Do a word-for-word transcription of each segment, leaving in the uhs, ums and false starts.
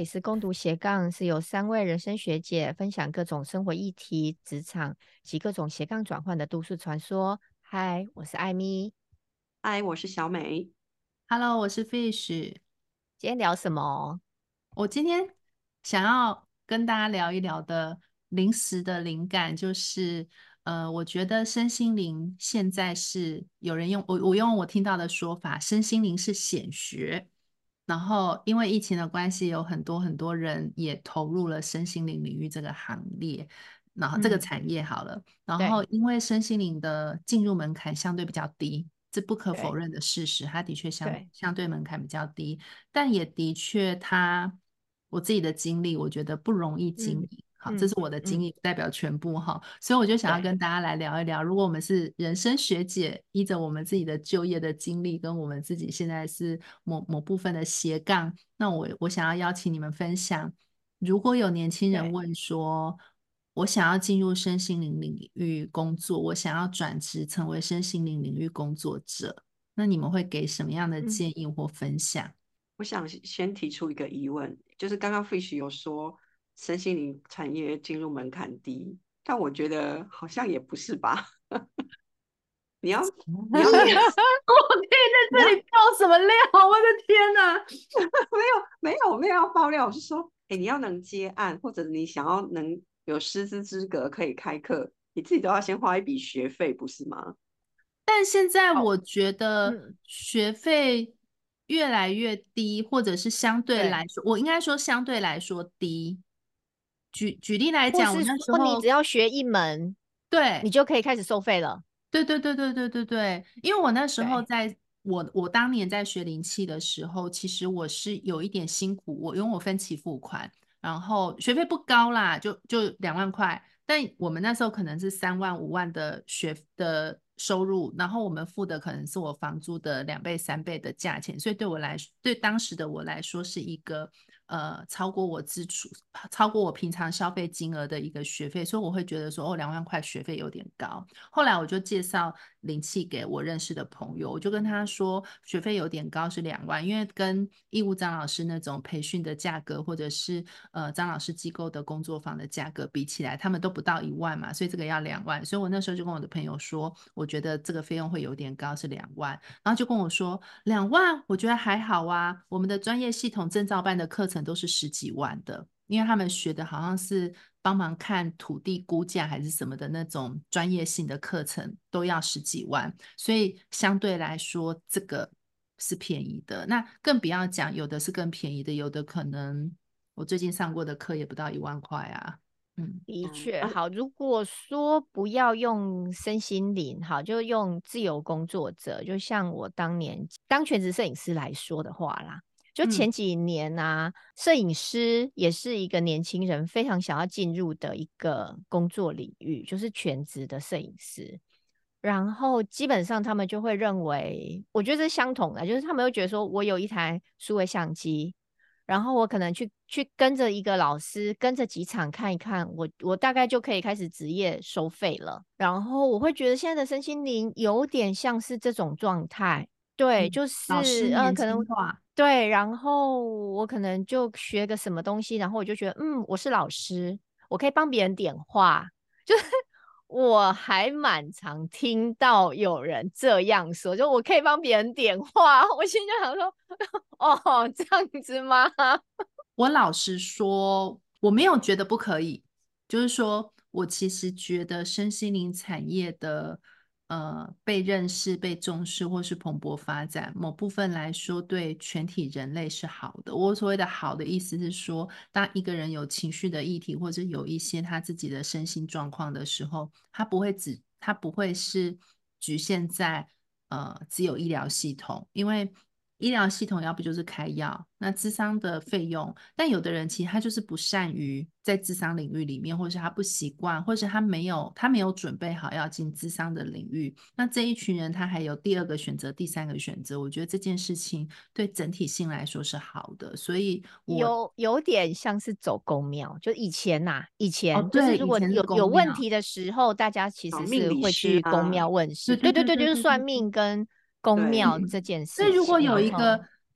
斯攻读斜杠是由三位人生学姐分享各种生活议题、职场及各种斜杠转换的都市传说。嗨，我是艾米， 嗨，我是小美。 Hello，我是 Fish。 今天聊什么？ 我今天想要跟大家聊一聊的临时的灵感，就是呃，我觉得身心灵现在是有人用我我用我听到的说法，身心灵是显学。然后因为疫情的关系，有很多很多人也投入了身心灵领域这个行列，然后这个嗯， 产业好了。然后对因为身心灵的进入门槛相对比较低，这不可否对认的事实，它的确相对， 相对门槛比较低。但也的确它，我自己的经历，我觉得不容易经嗯营。好，这嗯是我的经嗯， 历，不代表全部哈。所以我就想要对跟大家来聊一聊，如果我们是人生学姐，依着我们自己的就业的经历，跟我们自己现在是某某部分的斜杠，那我我想要邀请你们分享，如果有年轻人对， 问说，我想要进入身心灵领域工作，我想要转职成为身心灵领域工作者，那你们会给什么样的嗯， 建议或分享？ 我想先提出一个疑问，就是刚刚 Fish 有说身心灵产业进入门槛低，但我觉得好像也不是吧？你要你要能我可以在你要这里爆什么料？我的天哪！ 没有没有没有要爆料，我是说，哎，你要能接案，或者你想要能有师资资格可以开课，你自己都要先花一笔学费，不是吗？ 但现在好， 我觉得嗯， 学费越来越低，或者是相对对， 来说，我应该说相对来说低。举举例来讲，我或是那时说你只候要学一门， 对你就可以开始收费了。 对对对对对对对，因为我那时候对， 在我我当年在学灵气的时候，其实我是有一点辛苦，我因为我分期付款，然后学费不高啦，就就两万块，但我们那时候可能是三万五万的学的收入，然后我们付的可能是我房租的两倍三倍的价钱，所以对我来对当时的我来说是一个呃超过我支出超过我平常消费金额的一个学费，所以我会觉得说哦两万块学费有点高。后来我就介绍灵气给我认识的朋友，我就跟他说学费有点高，是两万，因为跟义务张老师那种培训的价格，或者是呃张老师机构的工作坊的价格比起来，他们都不到一万嘛，所以这个要两万。所以我那时候就跟我的朋友说，我觉得这个费用会有点高，是两万。然后就跟我说两万，我觉得还好啊，我们的专业系统证照办的课程都是十几万的。因为他们学的好像是帮忙看土地估价还是什么的那种专业性的课程，都要十几万，所以相对来说这个是便宜的。那更不要讲，有的是更便宜的，有的可能我最近上过的课也不到一万块啊。嗯， 嗯， 的确， 啊， 好。如果说不要用身心灵，好，就用自由工作者，就像我当年当全职摄影师来说的话啦，就嗯， 前几年啊，摄影师也是一个年轻人非常想要进入的一个工作领域，就是全职的摄影师。然后基本上他们就会认为，我觉得是相同的，就是他们会觉得说，我有一台数位相机，然后我可能去去跟着一个老师，跟着几场看一看，我我大概就可以开始职业收费了。然后我会觉得现在的身心灵有点像是这种状态，对， 嗯， 就是呃， 老师年可能轻化。 对，然后我可能就学个什么东西，然后我就觉得，嗯，我是老师，我可以帮别人点化，就是我还蛮常听到有人这样说，就我可以帮别人点化，我心里就想说，哦，这样子吗？ 我老实说，我没有觉得不可以，就是说我其实觉得身心灵产业的呃被认识、被重视或是蓬勃发展，某部分来说对全体人类是好的。我所谓的好的意思是说，当一个人有情绪的议题，或者有一些他自己的身心状况的时候，他不会只他不会是局限在呃只有医疗系统，因为医疗系统要不就是开药，那咨商的费用，但有的人其实他就是不善于在咨商领域里面，或是他不习惯，或是他没有他没有准备好要进咨商的领域，那这一群人他还有第二个选择、第三个选择，我觉得这件事情对整体性来说是好的，所以我有有点像是走公庙，就以前呐、以哦前就是对， 如果以前是有有问公庙， 题的时候，大家其找实命理是会去公师啊， 庙问事。 对对对对对，就是对对对对算命跟公对， 庙这件所以如果事情。然后有一个对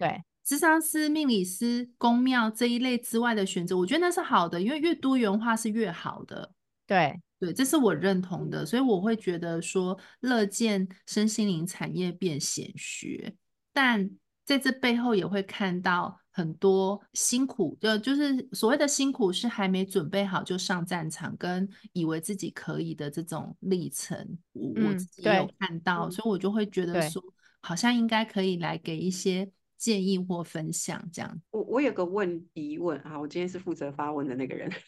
諮商师、命理师、宫庙这一类之外的选择，我觉得那是好的，因为越多元化是越好的。 对对，这是我认同的，所以我会觉得说，乐见身心灵产业变显学，但在这背后也会看到很多辛苦，就就是所谓的辛苦是还没准备好就上战场，跟以为自己可以的这种历程，我我自嗯己也有对看到， 嗯所以我就会觉得对， 说，好像应该可以来给一些建议或分享这样。 我我有个问疑问啊，我今天是负责发问的那个人，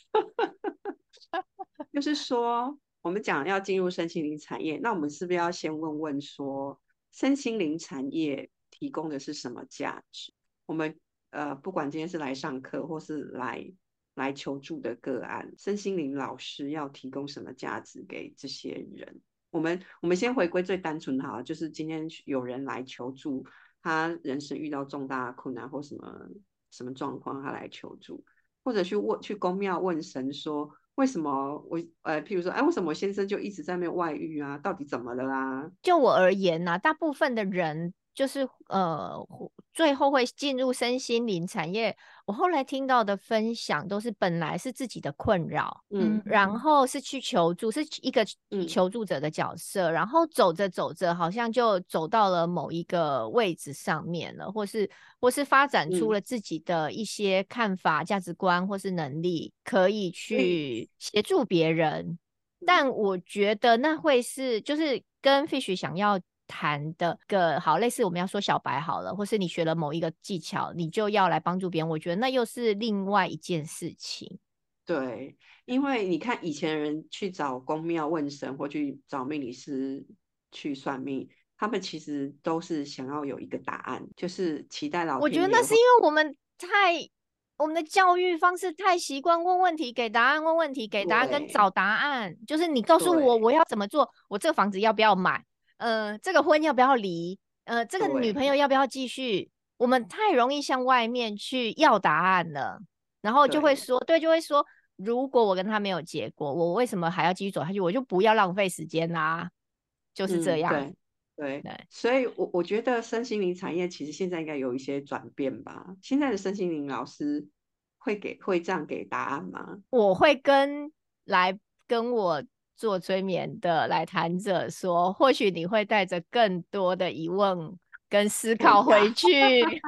就是说我们讲要进入身心灵产业，那我们是不是要先问问说，身心灵产业提供的是什么价值？我们呃，不管今天是来上课或是来来求助的个案，身心灵老师要提供什么价值给这些人？我们我们先回归最单纯的哈，就是今天有人来求助，他人生遇到重大困难或什么什么状况，他来求助，或者去问去宫庙问神说，为什么我呃，譬如说，哎，为什么我先生就一直在那边外遇啊？到底怎么了啊？ 就我而言呐、大部分的人就是呃，最后会进入身心灵产业。我后来听到的分享都是本来是自己的困扰， 嗯然后是去求助，是一个嗯求助者的角色，然后走着走着，好像就走到了某一个位置上面了，或是或是发展出嗯， 了自己的一些看法、价值观或是能力，可以所以去协助别人。 嗯但我觉得那会是就是跟 Fish 想要谈的个好类似，我们要说小白好了，或是你学了某一个技巧，你就要来帮助别人，我觉得那又是另外一件事情。 对，因为你看以前人去找宫庙问神，或去找命理师去算命，他们其实都是想要有一个答案，就是期待老我觉得天爷会那是因为我们太我们的教育方式太习惯问问题给答案，问问题给答案跟对找答案，就是你告诉我对我要怎么做，我这个房子要不要买，呃，这个婚要不要离，呃，这个女朋友对要不要继续，我们太容易向外面去要答案了，然后就会对， 说，对，就会说，如果我跟他没有结果，我为什么还要继续走下去？我就不要浪费时间啦，就是这样。 嗯对对， 对， 所以我我觉得身心灵产业其实现在应该有一些转变吧。现在的身心灵老师会给会这样给答案吗？ 我会跟来跟我做催眠的来谈者说，或许你会带着更多的疑问跟思哎考回呀， 去。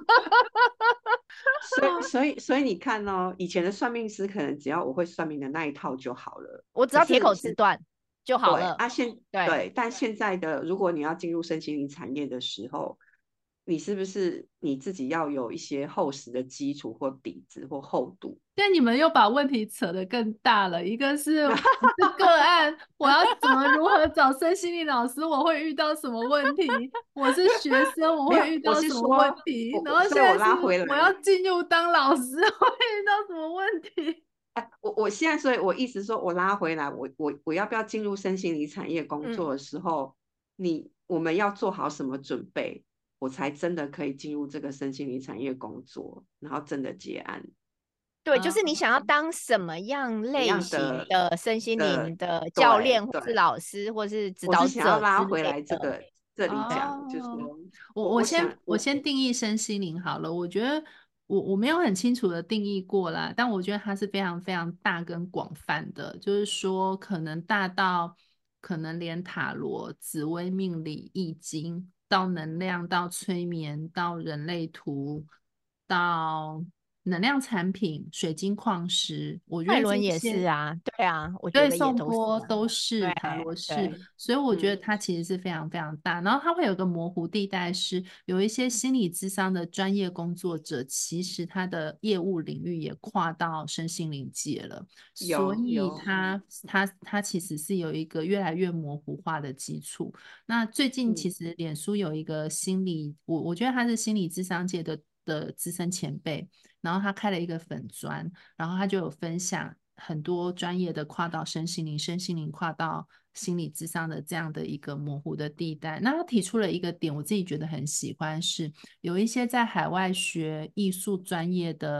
所以所以所以你看哦，以前的算命师可能只要我会算命的那一套就好了，可我只要铁是现口直断就好了。 对啊，现对， 对，但现在的如果你要进入身心灵产业的时候，你是不是你自己要有一些厚实的基础或底子或厚度？ 但你们又把问题扯得更大了，一个是我是个案，我要怎么如何找身心灵老师，我会遇到什么问题？我是学生，我没有， 会遇我是到什么问说， 题？ 我我所以我然后现在是拉回来， 我要进入当老师，我会遇到什么问题？ 我我现在，所以我意思说，我拉回来，我我我要不要进入身心灵产业工嗯， 作的时候，你我们要做好什么准备，我才真的可以进入这个身心灵产业工作，然后真的结案对，就啊， 是你想要当什么样一类型样的的身心的， 灵的教练，或是对对， 老师，或是指我是想要导者之拉回类的。 来这个这里讲，就是哦， 说我我我我想我先我先定义身心灵好了，我觉得我我没有很清楚的定义过啦，但我觉得它是非常非常大跟广泛的，就是说可能大到可能连塔罗、紫微命理、易经，到能量，到催眠，到人类图，到能量产品、水晶矿石，我觉得这艾伦也是些。 啊，对啊，我觉对， 得也颂都是啊。 钵都对是，塔罗是， 对， 所以我觉得嗯它其实是非常非常大。然后它会有个模糊地带是，有一些心理咨商的专业工作者，其实他的业务领域也跨到身心灵界了，所以有有它它它其实是有一个越来越模糊化的基础。那最近其嗯实脸书有一个心理，我我觉得他是心理咨商界的的资深前辈，然后他开了一个粉专。然后他就有分享很多专业的跨到身心灵、身心灵跨到心理智商的这样的一个模糊的地带。那他提出了一个点，我自己觉得很喜欢，是有一些在海外学艺术专业的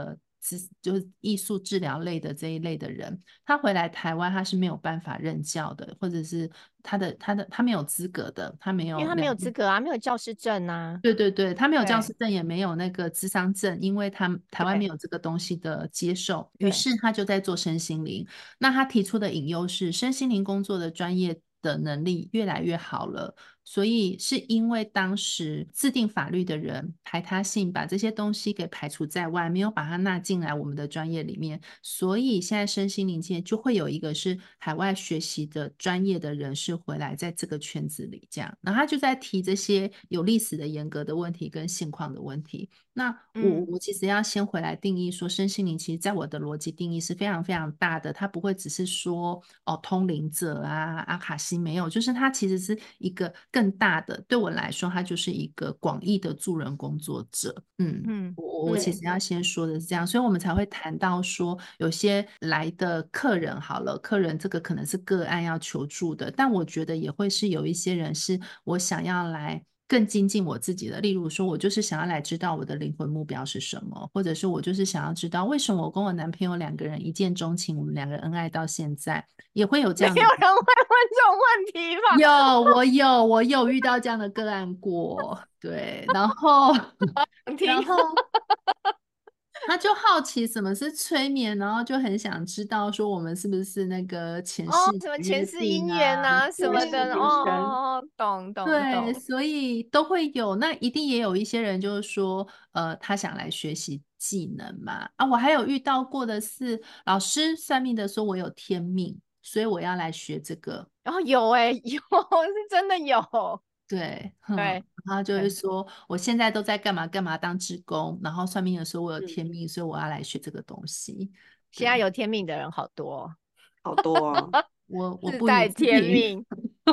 就是艺术治疗类的这一类的人，他回来台湾他是没有办法任教的，或者是他的他的他没有资格的，他没有因为他没有两资格啊，没有教师证啊。 对对对，他没有教对师证，也没有那个咨商证，因为他台湾没对有这个东西的接受，于对是他就在做身心灵。那他提出的隐忧是，身心灵工作的专业的能力越来越好了，所以是因为当时制定法律的人排他性，把这些东西给排除在外，没有把它纳进来我们的专业里面，所以现在身心灵界就会有一个是海外学习的专业的人士回来在这个圈子里这样，然后他就在提这些有历史的严格的问题跟现况的问题。那我嗯我其实要先回来定义说，身心灵其实在我的逻辑定义是非常非常大的，它不会只是说哦通灵者啊阿卡西没有，就是它其实是一个更大的，对我来说它就是一个广义的助人工作者。嗯， 嗯我我其嗯实要先说的是这样，所以我们才会谈到说有些来的客人好了，客人这个可能是个案要求助的，但我觉得也会是有一些人是我想要来更精进我自己的，例如说我就是想要来知道我的灵魂目标是什么，或者是我就是想要知道为什么我跟我男朋友两个人一见钟情，我们两个人恩爱到现在，也会有这没样的有人会问这种问题吧？ 有，我有，我有遇到这样的个案过，对，然后， 听然后他就好奇什么是催眠，然后就很想知道说我们是不是那个前世哦，什么约前世定姻缘啊， 啊什么对的，哦今生哦哦，懂懂对， 懂。 所以都会有。那一定也有一些人就是说，呃，他想来学习技能嘛。啊，我还有遇到过的是，老师算命的说我有天命，所以我要来学这个。 然后有哎、有是真的有。 对，哼， 对然后就会对， 说我现在都在干嘛干嘛当志工，然后算命的说我有嗯， 天命，所以我要来学这个东西。对， 现在有天命的人好多哦， 好多哦。 我我自不予带天置评。 命。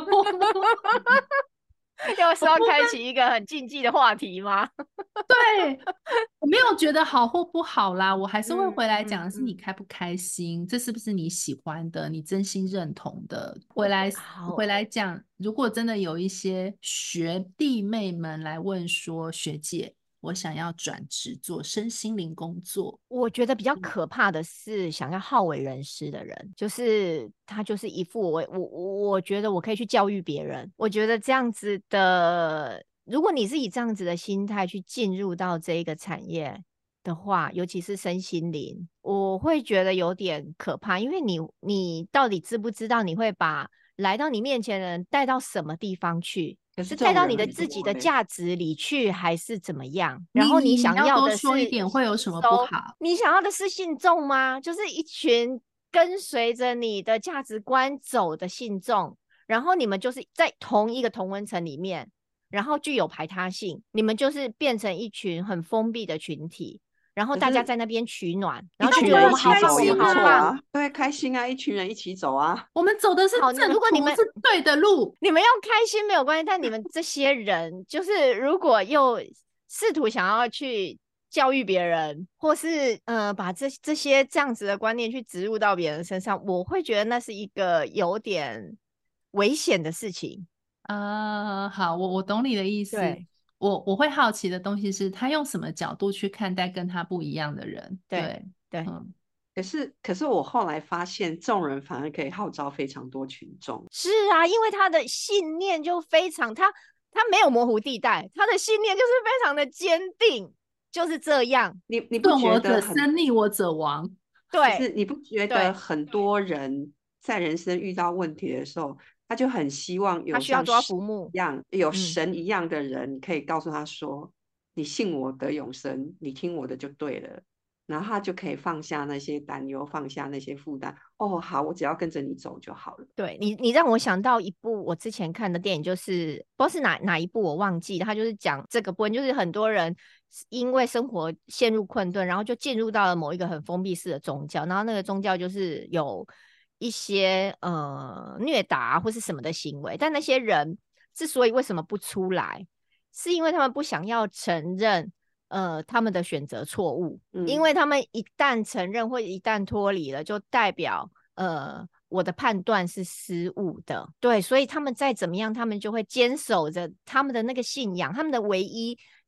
要是要开启一个很禁忌的话题吗？ 对，我没有觉得好或不好啦，我还是会嗯回来讲嗯的是你嗯， 开不开心，这是不是你喜欢的，你真心认同的。回来回好， 来讲，如果真的有一些学弟妹们来问说，学姐，我想要转职做身心灵工作， 我觉得比较嗯可怕的是想要好为人师的人，就是他就是一副我我我我觉得我可以去教育别人，我觉得这样子的，如果你是以这样子的心态去进入到这一个产业的话，尤其是身心灵，我会觉得有点可怕，因为你你到底知不知道你会把来到你面前的人带到什么地方去？ 可是是带到你的这种人很自己的多嘞。 价值里去，还是怎么样？然你后你你你要多想要的是说一点，会有吸什么不收， 好？ 你想要的是信众吗？就是一群跟随着你的价值观走的信众，然后你们就是在同一个同温层里面，然后具有排他性，你们就是变成一群很封闭的群体，然后大家可是在那边取暖，然一后就觉得我群人一起们好棒，我走也不们好棒。 错啊，对，开心啊，一群人一起走啊。 我们走的是好， 正途， 如果你们是对的路。 你们要开心没有关系，但你们这些人，就是如果又试图想要去教育别人，或是呃把这这些这样子的观念去植入到别人身上，我会觉得那是一个有点危险的事情。 啊，好，我我懂你的意思。 对我我会好奇的东西是他用什么角度去看待跟他不一样的人。 对对， 对， 嗯， 可是，可是我后来发现，这种人反而可以号召非常多群众。 是啊，因为他的信念就非常，他他没有模糊地带，他的信念就是非常的坚定，就是这样。 你你不顺我者觉得很？ 生，逆我者亡。 可对是你不觉得对， 很多人在人生遇到问题的时候，他就很希望他需要抓有像神浮木一。样，有嗯， 神一样的人，可以告诉他说：“你信我得永生，你听我的就对了。”然后他就可以放下那些担忧，放下那些负担。哦，好，我只要跟着你走就好了。 对你，你让我想到一部我之前看的电影，就是不知道是哪哪一部，我忘记了。他就是讲这个部分，就是很多人因为生活陷入困顿，然后就进入到了某一个很封闭式的宗教，然后那个宗教就是有一些呃虐打或是什么的行为，但那些人之所以为什么不出来，是因为他们不想要承认呃他们的选择错误，因嗯， 为他们一旦承认或一旦脱离了，就代表呃我的判断是失误的。对，所以他们再怎么样，他们就会坚守着他们的那个信仰，他们的唯一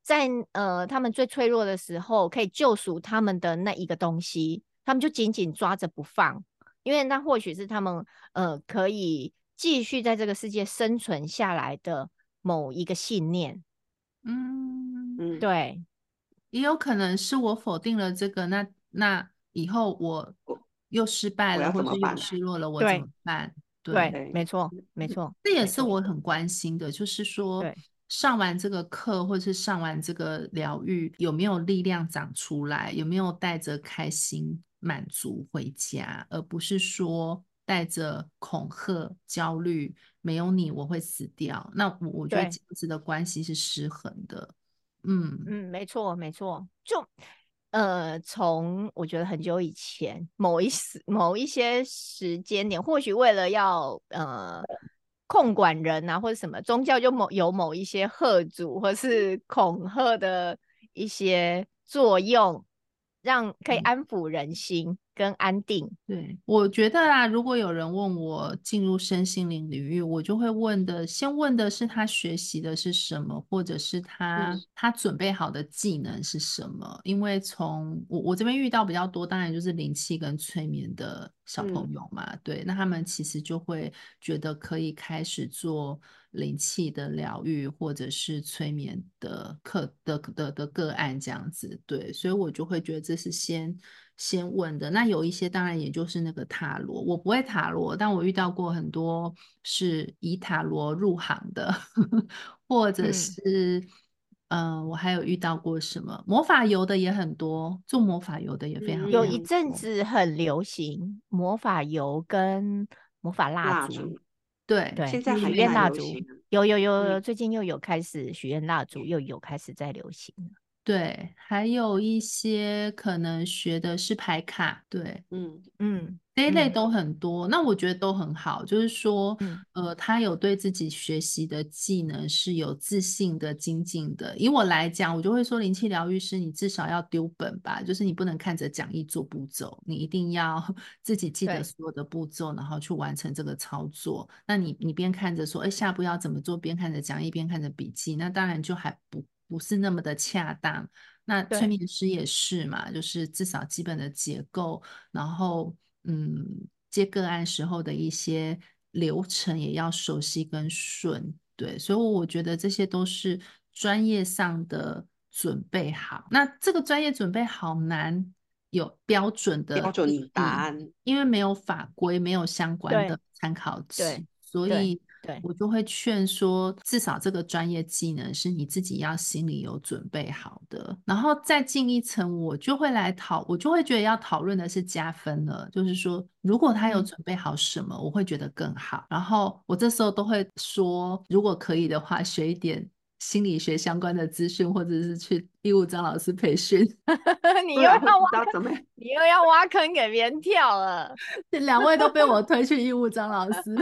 在呃他们最脆弱的时候，可以救赎他们的那一个东西，他们就紧紧抓着不放，因为那或许是他们呃可以继续在这个世界生存下来的某一个信念。 嗯， 嗯， 对也有可能是我否定了这个，那那以后我我又失败了， 我要或是又怎么办？ 失落了，我怎对么办？对， 对， 对， 没错没错这也没错， 是我很关心的，就是说对上完这个课或是上完这个疗愈，有没有力量长出来，有没有带着开心满足回家，而不是说带着恐吓、焦虑，没有你我会死掉。那我我觉得对， 这样子的关系是失衡的。嗯嗯，没错没错，就呃，从我觉得很久以前某一时某一些时间点，或许为了要呃控管人啊，或者什么宗教就某有某一些吓阻或是恐吓的一些作用，让可以嗯。 安抚人心跟安定。 对，我觉得啊，如果有人问我进入身心灵领域，我就会问的，先问的是他学习的是什么，或者是他嗯他准备好的技能是什么。因为从我我这边遇到比较多，当然就是灵气跟催眠的小朋嗯友嘛，对，那他们其实就会觉得可以开始做灵气的疗愈，或者是催眠的课的的的个案这样子，对，所以我就会觉得这是先。先问的。那有一些当然也就是那个塔罗，我不会塔罗，但我遇到过很多是以塔罗入行的，或者嗯， 是嗯、呃我还有遇到过什么魔法油的也很多，做魔法油的也非常非有嗯， 常一阵多。 子很流行魔法油跟魔法蜡烛， 蜡烛对， 对， 现在许就是没愿蜡烛还在流行啊。 有有有嗯有，最近又有开始许愿蜡烛又有开始在流行了。 对，还有一些可能学的是牌卡，对。 嗯嗯嗯这一类都很多，那我觉得都很好。就是说， 嗯， 呃，他有对自己学习的技能是有自信的、精进的。以我来讲，我就会说，灵气疗愈师，你至少要丢本吧，就是你不能看着讲义做步骤，你一定要自己记得对所有的步骤，然后去完成这个操作。那你你边看着说，哎，下步要怎么做，边看着讲义，边看着笔记，那当然就还不不是那么的恰当。那催对眠师也是嘛，就是至少基本的结构。然后嗯，接个案时候的一些流程也要熟悉跟顺，对，所以我觉得这些都是专业上的准备好。那这个专业准备好难有标准的标准定义， 答案。 因为没有法规，没有相关的对参考值， 对对所以对， 我就会劝说，至少这个专业技能是你自己要心里有准备好的，然后再进一层，我就会来讨，我就会觉得要讨论的是加分了，就是说，如果他有嗯， 准备好什么，我会觉得更好。然后我这时候都会说，如果可以的话，学一点心理学相关的资讯，或者是去义务张老师培训。 你对啊，会知又要挖坑， 道怎么样。 你又要挖坑给别人跳了。 这两位都被我推去义务张老师。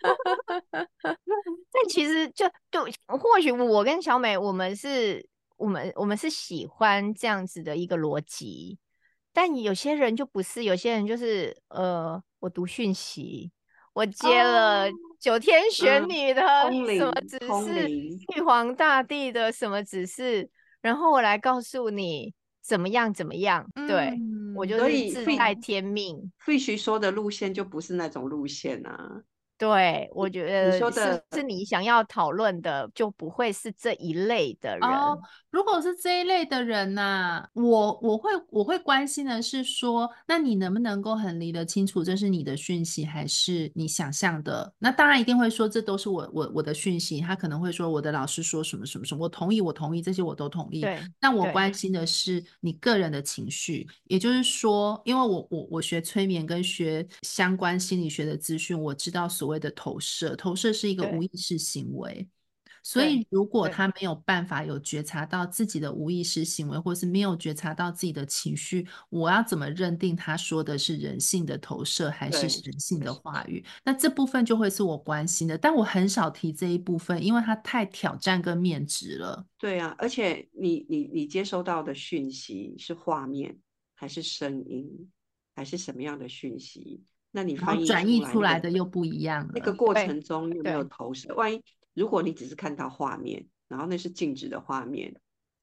但其实就就或许我跟小美，我们是，我们我们是喜欢这样子的一个逻辑，但有些人就不是，有些人就是呃，我读讯息，我接了哦， 九天玄嗯， 女的通什么灵， 指示， 通灵。 玉皇大帝的什么指示，然后我来告诉你怎么样怎么样，对，我嗯， 就是所以自带 Fish 天命。 Fish 说的路线就不是那种路线啊。 对，我你觉你说得是的是你想要讨论的，就不会是这一类的哦， 人。 如果是这一类的人呐、我我会我会关心的是说，那你能不能够很理得清楚，这是你的讯息还是你想象的？那当然一定会说，这都是我我我的讯息。他可能会说，我的老师说什么什么什么，我同意，我同意，这些我都同意。 对但我对关心的是你个人的情绪，也就是说，因为我我我学催眠跟学相关心理学的资讯，我知道所谓的投射，投射是一个无对意识行为。所对以，如果对他没有办法有觉察到自己的无意识行为，或是没有觉察到自己的情绪，我要怎么认定他说的是人性的投射还是对神性的话语？那这部分就会是我关心的，但我很少提这一部分，因为它太挑战跟面质了。 对啊，而且你你你接收到的讯息是画面还是声音还是什么样的讯息？那你然后翻译转译出出来那个来的又不一样了。 那个过对程中有没有对投射？万一如果你只是看到画面，然后那是静止的画面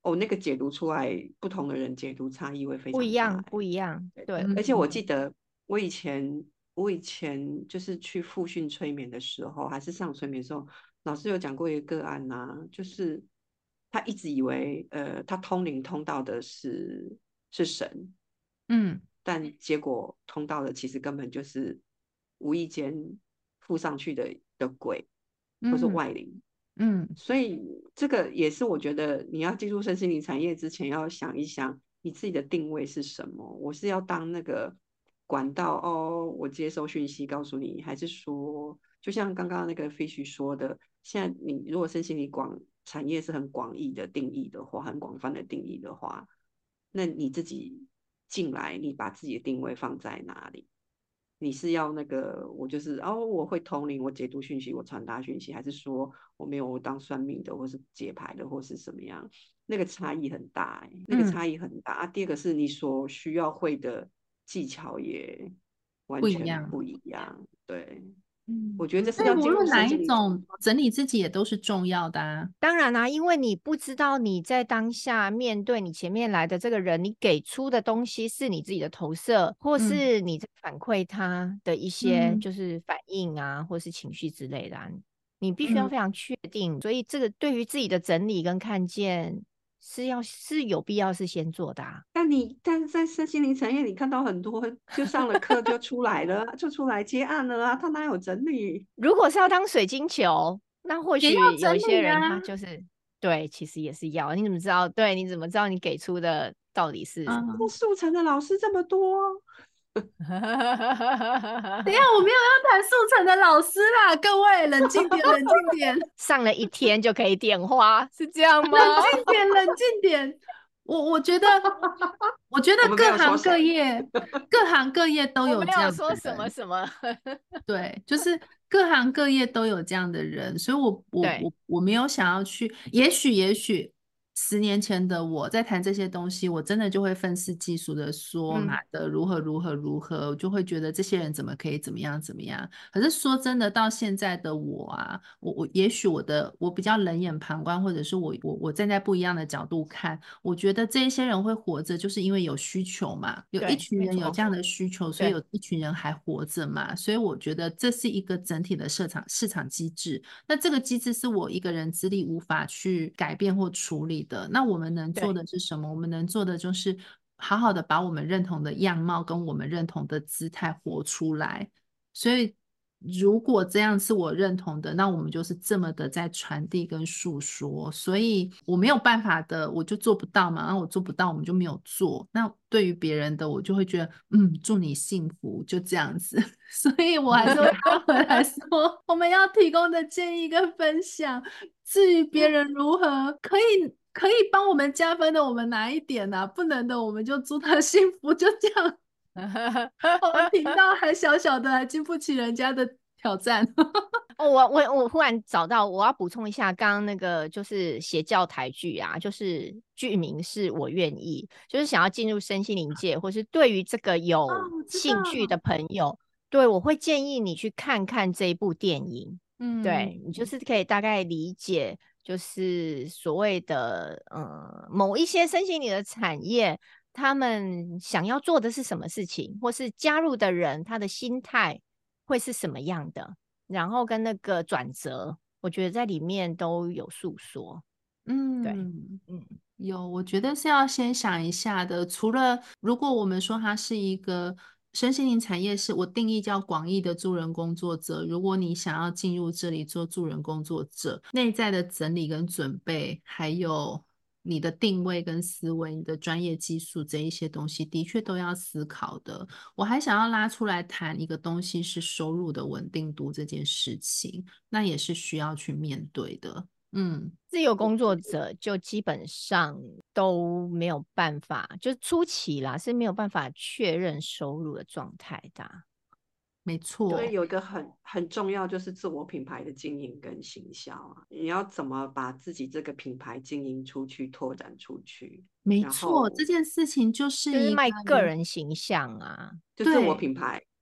哦，那个解读出来，不同的人解读差异会非常大不一样， 欸。 不一样。对， 嗯而且我记得我以前我以前就是去复训催眠的时候，还是上催眠的时候，老师有讲过一个个案呐、就是他一直以为呃他通灵通到的是是神， 嗯但结果通到的其实根本就是无意间附上去的的鬼或是嗯外灵。 嗯所以这个也是我觉得你要进入身心灵产业之前，要想一想你自己的定位是什么。我是要当那个管道哦，我接收讯息告诉你，还是说，就像刚刚那个 Fish 说的，现在你如果身心灵广产业是很广义的定义的话，很广泛的定义的话，那你自己进来，你把自己的定位放在哪里？你是要那个我就是哦，我会通灵，我解读讯息，我传达讯息，还是说我没有当算命的，或是解牌的，或是什么样？那个差异很大、欸，那个嗯， 差异很大。啊，第二个是你所需要会的技巧也完不一样。 全不一样。对， 嗯， 我觉得这是所以要进入无论哪身心灵。 一种，整理自己也都是重要的啊。 当然啦、因为你不知道你在当下面对你前面来的这个人，你给出的东西是你自己的投射，或嗯是你在反馈他的一些嗯就是反应啊，或是情绪之类的、啊，你必须要嗯， 非常确定。所以这个对于自己的整理跟看见是要是有必要是先做的、啊。 但你但是在身心灵产业，你看到很多就上了课就出来了，就出来接案了啊，他哪有整理？ 如果是要当水晶球，那或也要许有一些整理啊。 人他就是对，其实也是要。你怎么知道？对，你怎么知道你给出的到底是？ 嗯， 速成的老师这么多。 等一下，我没有要谈速成的老师啦，各位冷静点，冷静点， 上了一天就可以点花，是这样吗？ 冷静点，冷静点。我我觉得，我觉得我们没有说各行各谁。 业，各行各业都我没有有这样的说什么人。 什么， 对，就是各行各业都有这样的人，所以我我对， 我我没有想要去，也许也许十年前的我在谈这些东西，我真的就会愤世嫉俗的说嗯， 马的如何如何如何，我就会觉得这些人怎么可以怎么样怎么样。可是说真的，到现在的我啊，我我也许我的我比较冷眼旁观，或者是我我我站在不一样的角度看，我觉得这一些人会活着，就是因为有需求嘛，有一对， 群没错， 人有这样的需求，所以对有一群人还活着嘛，所以我觉得这是一个整体的市场市场机制。那这个机制是我一个人之力无法去改变或处理的。那我们能做对， 的是什么？我们能做的就是好好的把我们认同的样貌跟我们认同的姿态活出来。所以，如果这样是我认同的，那我们就是这么的在传递跟诉说。所以我没有办法的，我就做不到嘛。然后我做不到，我们就没有做。那对于别人的，我就会觉得，嗯，祝你幸福，就这样子。所以我还是会拉回来说，我们要提供的建议跟分享，至于别人如何，可以可以帮我们加分的，我们拿一点啊；不能的，我们就祝他幸福，就这样。我们频道还小小的，还经不起人家的挑战。 哦，我我我忽然找到，我要补充一下，刚刚那个就是邪教台剧啊，就是剧名是我愿意，就是想要进入身心灵界，或是对于这个有哦，我知兴趣的道。 朋友，对，我会建议你去看看这一部电影， 嗯对你就是可以大概理解，就是所谓的呃某一些身心灵的产业，他们想要做的是什么事情，或是加入的人他的心态会是什么样的。然后跟那个转折，我觉得在里面都有诉说。对， 嗯， 嗯， 有，我觉得是要先想一下的。除了如果我们说它是一个身心灵产业，是我定义叫广义的助人工作者。如果你想要进入这里做助人工作者，内在的整理跟准备，还有你的定位跟思维、你的专业技术这一些东西，的确都要思考的。我还想要拉出来谈一个东西，是收入的稳定度这件事情，那也是需要去面对的。嗯。 自由工作者就基本上都没有办法，就是初期啦是没有办法确认收入的状态的啊。 没对， 错， 有一个很很重要就是自我品牌的经营跟行销啊，你要怎么把自己这个品牌经营出去、拓展出去，然没错，这后件事情就是就是一个卖个人形象啊。 就自我对品牌。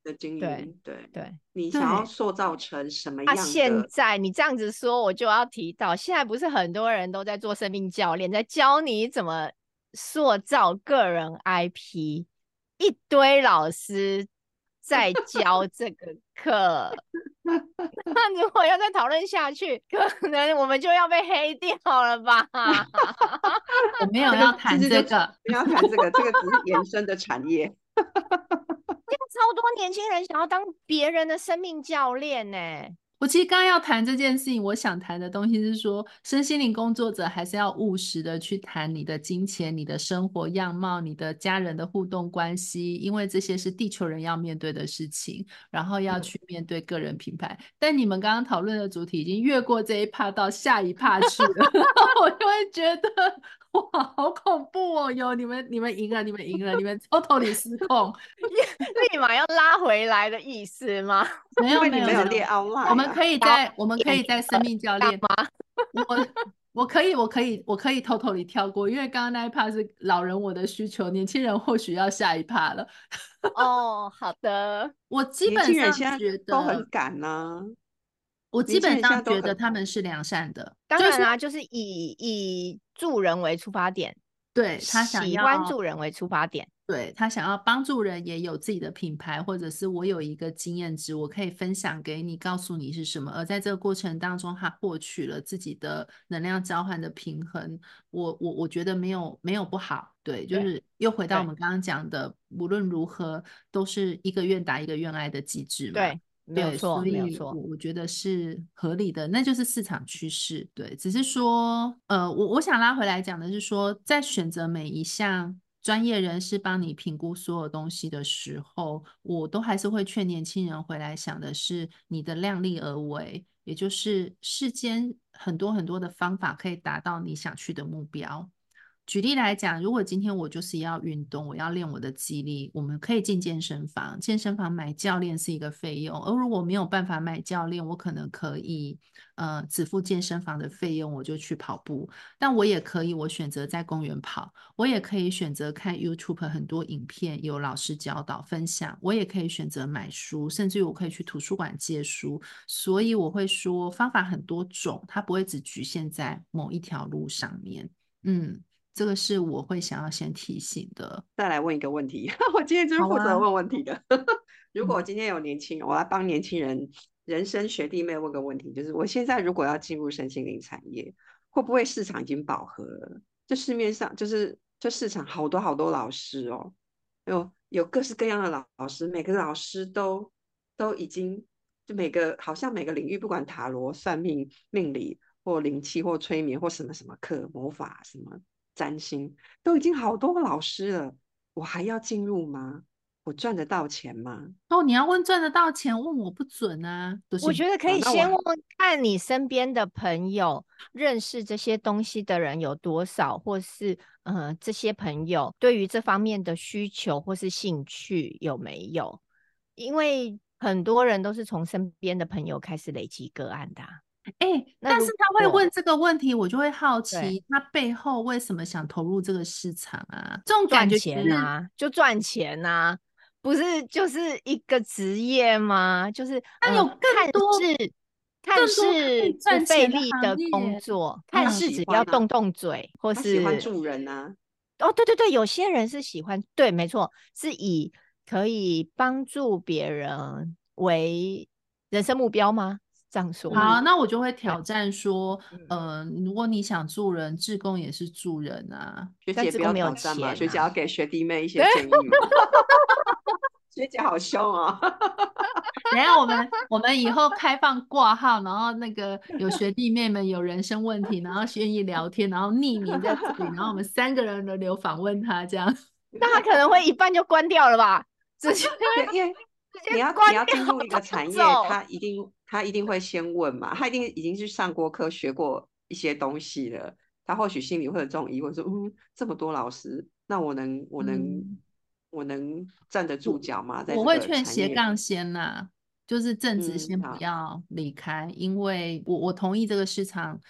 的经对营，对对。 你想要对， 塑造成什么啊， 样现的？ 在你这样子说，我就要提到，现在不是很多人都在做生命教练，在教你怎么塑造个人 I P，一堆老师在教这个课。那如果要再讨论下去，可能我们就要被黑掉了吧？ 我没有这个要谈其实就这个。 不要谈这个，这个只是延伸的产业。 超多年轻人想要当别人的生命教练呢、 我其实刚刚要谈这件事情，我想谈的东西是说，身心灵工作者还是要务实的去谈你的金钱、你的生活样貌、你的家人的互动关系，因为这些是地球人要面对的事情，然后要去面对个人品牌。但你们刚刚讨论的主题已经越过这一趴到下一趴去了，我就会觉得哇，好恐怖哦！有你们，你们赢了，你们赢了，你们 totally 失控。 立马要拉回来的意思吗？ 没因为有没有没有， 你没有列 outline 啊。 我们可以在我们可以在生命教练，我我可以我可以我可以偷偷地跳过，因为刚刚那一趴是老人我的需求，年轻人或许要下一趴了。 哦，好的。 我基年本上轻人现在觉都很得， 赶呐、 我基年轻人现在本上觉得都很他们是良善的，就是说当然啦、就是以以助人为出发点， 对他想喜要欢助人为出发点。 对，他想要帮助人，也有自己的品牌，或者是我有一个经验值，我可以分享给你，告诉你是什么。而在这个过程当中，他获取了自己的能量交换的平衡。我我我觉得没有没有不好，对，就对是又回到我对们刚刚讲的，无论如何都是一个愿打一个愿挨的机制嘛。 对，没有对， 错， 所以没有错。 我我觉得是合理的，那就是市场趋势。对，只是说，呃，我我想拉回来讲的是说，在选择每一项专业人士帮你评估所有东西的时候，我都还是会劝年轻人回来想的是你的量力而为，也就是世间很多很多的方法可以达到你想去的目标。举例来讲，如果今天我就是要运动，我要练我的肌力，我们可以进健身房。健身房买教练是一个费用，而如果没有办法买教练，我可能可以呃只付健身房的费用，我就去跑步。但我也可以，我选择在公园跑，我也可以选择看 YouTube 很多影片，有老师教导分享，我也可以选择买书，甚至于我可以去图书馆借书。所以我会说，方法很多种，它不会只局限在某一条路上面。嗯。这个是我会想要先提醒的。 再来问一个问题，我今天就是好啊， 负责问问题的。如果嗯， 今天有年轻人，我来帮年轻人人生学弟妹问个问题，就是我现在如果要进入身心灵产业，会不会市场已经饱和了？这市面上就是这市场好多好多老师哦，有有各式各样的老老师，每个老师都都已经就每个好像每个领域，不管塔罗、算命、命理或灵气或催眠或什么什么课、魔法什么占星，都已经好多个老师了，我还要进入吗？我赚得到钱吗？ 哦，你要问赚得到钱，问我不准啊，都是我觉得可好， 以那我先问问看你身边的朋友认识这些东西的人有多少，或是呃这些朋友对于这方面的需求或是兴趣有没有？因为很多人都是从身边的朋友开始累积个案的啊、 哎， 那如但是他会果问这个问题，我就会好对奇他背后为什么想投入这个市场啊？这种感赚觉就是钱啊，就赚钱啊，不是就是一个职业吗？就是呃， 那有更看多似看更多可以似不费赚钱的力的行业。 工作，看他嗯， 似只要喜欢啊， 动动嘴，或他喜欢是助人啊， 哦，对对对，有些人是喜欢，对，没错，是以可以帮助别人为人生目标吗？这样说吗？ 好，那我就会对， 挑战说， 嗯， 呃，如果你想助人，志工也是助人啊。 学姐不要但职工没有挑战嘛，学姐钱呐、 要给学弟妹一些对， 建议嘛。学姐好凶哦。 等一下我们我们以后开放挂号，然后那个有学弟妹们有人生问题，然后愿意聊天，然后匿名在这里，然后我们三个人轮流访问他，这样。 那他可能会一半就关掉了吧，直接对，因为直你要接关掉你要进入一个偷产业， 走。 他一定他一定会先问嘛，他一定已经去上过课学过一些东西了，他或许心里会有这种疑问说，嗯，这么多老师，那我能我能嗯， 我能站得住脚吗？在这我会劝个产业， 斜杠先呐、就是正职嗯， 先不好， 要离开，因为我我同意这个市场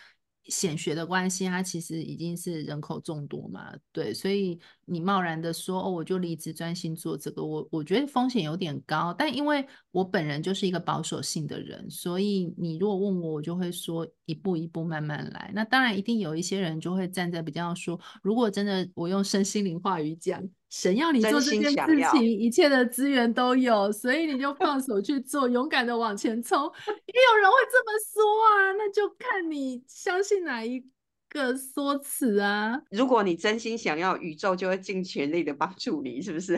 显学的关系，它其实已经是人口众多嘛，对，所以你贸然的说哦，我就离职专心做这个，我我觉得风险有点高。但因为我本人就是一个保守性的人，所以你如果问我，我就会说一步一步慢慢来。那当然一定有一些人就会站在比较说，如果真的我用身心灵话语讲，神要你做真心这件想要事情，一切的资源都有，所以你就放手去做，勇敢的往前冲。也有人会这么说啊，那就看你相信哪一个说辞啊。 如果你真心想要，宇宙就会尽全力的帮助你，是不是？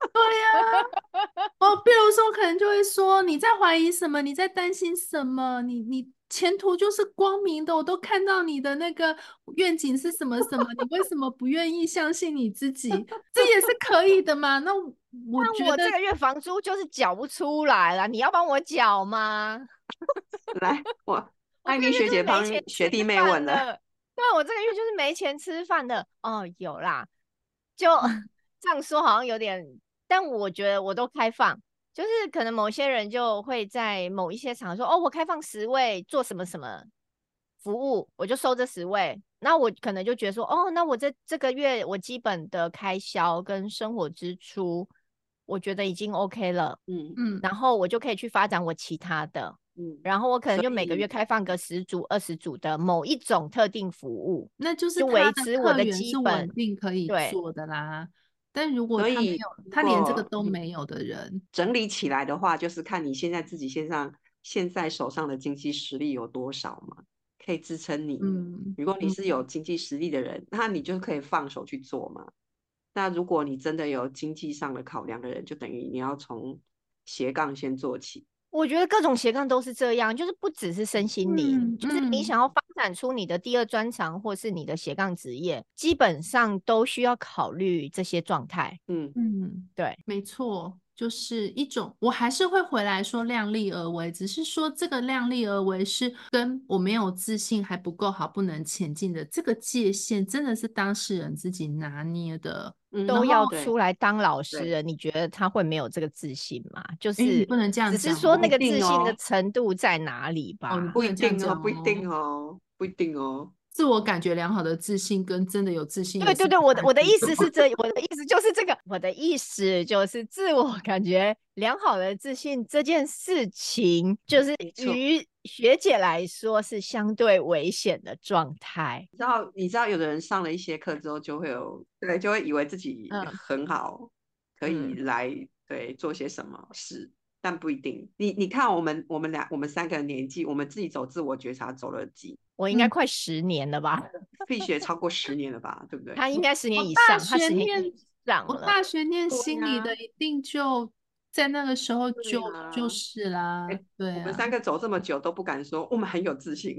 哦，比如说可能就会说你在怀疑什么，你在担心什么，你你前途就是光明的，我都看到你的那个愿景是什么什么，你为什么不愿意相信你自己？这也是可以的嘛。那我觉得那我这个月房租就是缴不出来了，你要帮我缴吗？ 来，我我艾米这个月就是学姐帮没钱吃学弟妹饭问了。 了。对啊，我这个月就是没钱吃饭的。哦，有啦，就嗯这样说好像有点，但我觉得我都开放，就是可能某些人就会在某一些场合说，哦，我开放十位做什么什么服务，我就收这十位。那我可能就觉得说，哦，那我这这个月我基本的开销跟生活支出，我觉得已经 OK 了， 嗯嗯， 然后我就可以去发展我其他的。 嗯， 然后我可能所就每个月以开放个十组、二十组的某一种特定服务， 那就是就维他的持我的客源是稳基本。 定可以对， 做的啦。但如果所以他没有， 如他连这个果嗯都没有的人， 整理起来的话，就是看你现在自己身上现在手上的经济实力有多少嘛，可以支撑你。 嗯如果你嗯。 是有经济实力的人，那你就可以放手去做嘛。那如果你真的有经济上的考量的人，就等于你要从斜杠先做起。 我觉得各种斜杠都是这样，就是不只是身心灵， 嗯就是你嗯， 想要发展出你的第二专长或是你的斜杠职业，基本上都需要考虑这些状态。 嗯， 嗯， 对， 没错，就是一种，我还是会回来说量力而为，只是说这个量力而为是跟我没有自信还不够好，不能前进的这个界限，真的是当事人自己拿捏的。 嗯， 都要对出来当老师对， 了，你觉得他会没有这个自信吗？就哎，你是不能这样只是讲哦， 说那个自不一定信的哦， 程度在哪里哦，你吧？ 不不一能这样讲定哦，不一定哦。 哦，不一定哦。 自我感觉良好的自信跟真的有自信也是对对对，我的两我的意回事。 思是这，我的意思就是这个，我的意思就是自我感觉良好的自信这件事情，就是没错。 于学姐来说是相对危险的状态。 你知道，你知道，有的人上了一些课之后，就会有对，就会以为自己嗯很好，可以嗯， 来对做些什么事，但不一定。你你看，我们我们俩我们三个人年纪，我们自己走自我觉察走了几， 我应该嗯， 快十年了吧？ 费学超过十年了吧，对不对？ 他应该十我年以上，他大学十年念以上我了。 大学念对心理的， 呀、 一定就在那个时候就对呀、 就是啦， 哎， 对啊。 我们三个走这么久都不敢说我们很有自信。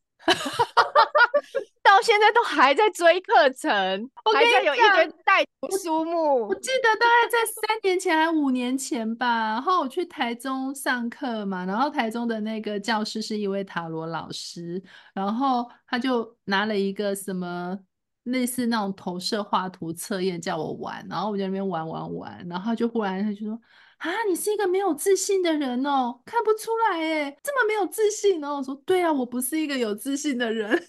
到现在都还在追课程， 我跟还在你有一堆讲， 带读书我目。 记得大概在三年前还五年前吧，然后我去台中上课嘛，然后台中的那个教师是一位塔罗老师，然后他就拿了一个什么类似那种投射画图测验叫我玩，然后我在那边玩玩玩，然后他就忽然他就说啊，你是一个没有自信的人哦，看不出来诶，这么没有自信。然后我说对啊，我不是一个有自信的人。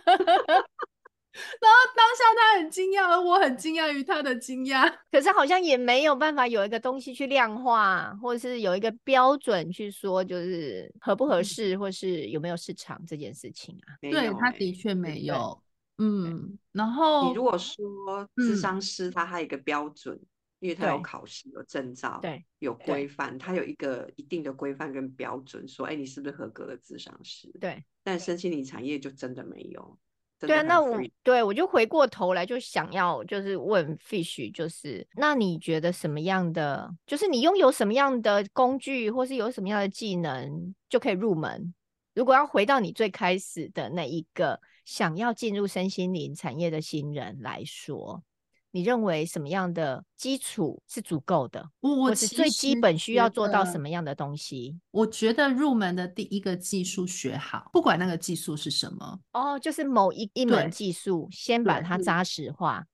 然后当下他很惊讶，而我很惊讶于他的惊讶。 可是好像也没有办法有一个东西去量化，或者是有一个标准去说，就是合不合适，或是有没有市场这件事情啊。 没对， 有哎、 他的确对不对没有。 对？ 嗯，然你如后果说咨嗯， 商师，他还有一个标准，因为他有对考试、有证照、 对有对规范，他有一个一定的规范跟标准，说，哎，你是不是合格的咨商师？ 对但身心灵产业就真的没有，真对啊， 的很那我 free。 对我就回过头来就想要就是问 Fish，就是那你觉得什么样的，就是你拥有什么样的工具，或是有什么样的技能就可以入门？如果要回到你最开始的那一个想要进入身心灵产业的新人来说，你认为什么样的基础是足够的， 我我或是其实最基本需觉要做到什得， 么样的东西？ 我觉得入门的第一个技术学好，不管那个技术是什么， 哦，就是某一一门对技术，先把对它扎实化。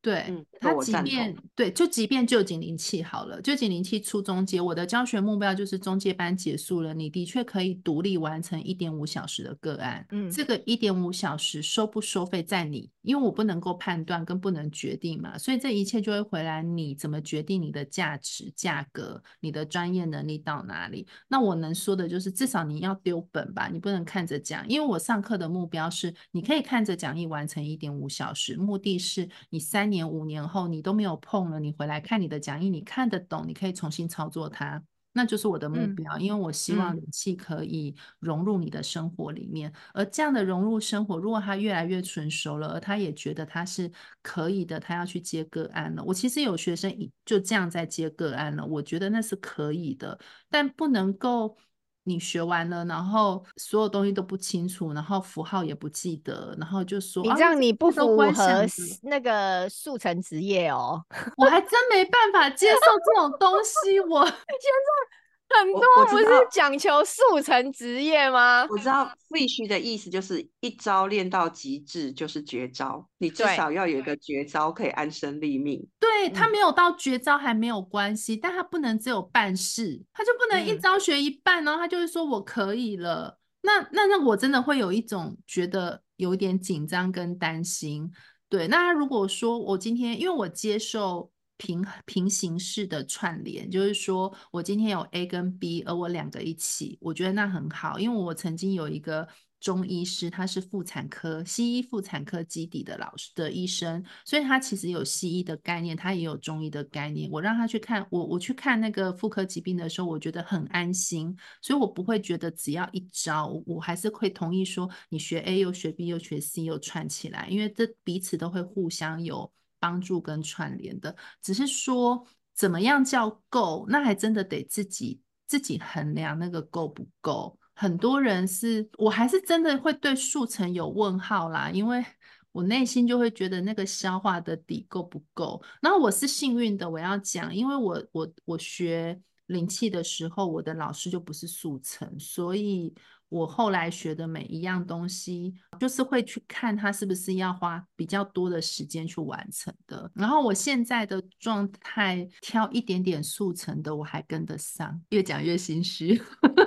对， 嗯，这他个我赞即便同。 对，就即便就近灵气好了，就近灵气初中阶，我的教学目标就是中阶班结束了，你的确可以独立完成一点五小时的个案。 嗯这个一点五小时收不收费在你，因为我不能够判断跟不能决定嘛，所以这一切就会回来你怎么决定你的价值、价格、你的专业能力到哪里。那我能说的就是，至少你要丢本吧，你不能看着讲，因为我上课的目标是，你可以看着讲义完成一点五小时，目的是你三年、五年后你都没有碰了，你回来看你的讲义，你看得懂，你可以重新操作它。那就是我的目嗯标，因为我希望嗯灵气可以融入你的生活里面，而这样的融入生活，如果他越来越纯熟了，而他也觉得他是可以的，他要去接个案了。我其实有学生就这样在接个案了，我觉得那是可以的，但不能够你学完了，然后所有东西都不清楚，然后符号也不记得，然后就说啊， 你这样这你不些都观符合想的。 那个速成职业哦。 我还真没办法接受这种东西，我很多我我不是知道， 讲求速成职业吗？ 我知道 fish 的意思就是一招练到极致就是绝招，你至对， 少要有一个绝招可以安身立命。 对，他嗯没有到绝招还没有关系，但他不能只有半式，他就不能一嗯， 招学一半，然后他就会说我可以了。那那那我真的会有一种觉得有一点紧张跟担心。对，那如果说我今天因为我接受平平行式的串联，就是说我今天有 A 跟 B，而我两个一起，我觉得那很好，因为我曾经有一个中医师，他是妇产科西医妇产科基底的老师的医生，所以他其实有西医的概念，他也有中医的概念。我让他去看我我去看那个妇科疾病的时候，我觉得很安心，所以我不会觉得只要一招，我还是会同意说你学 A 又学 B 又学 C 又串起来，因为这彼此都会互相有帮助跟串联的。只是说怎么样叫够，那还真的得自己自己衡量那个够不够。很多人是我还是真的会对速成有问号啦，因为我内心就会觉得那个消化的底够不够。然后我是幸运的，我要讲，因为我我我学灵气的时候，我的老师就不是速成，所以我后来学的每一样东西，就是会去看它是不是要花比较多的时间去完成的。然后我现在的状态，挑一点点速成的，我还跟得上，越讲越心虚。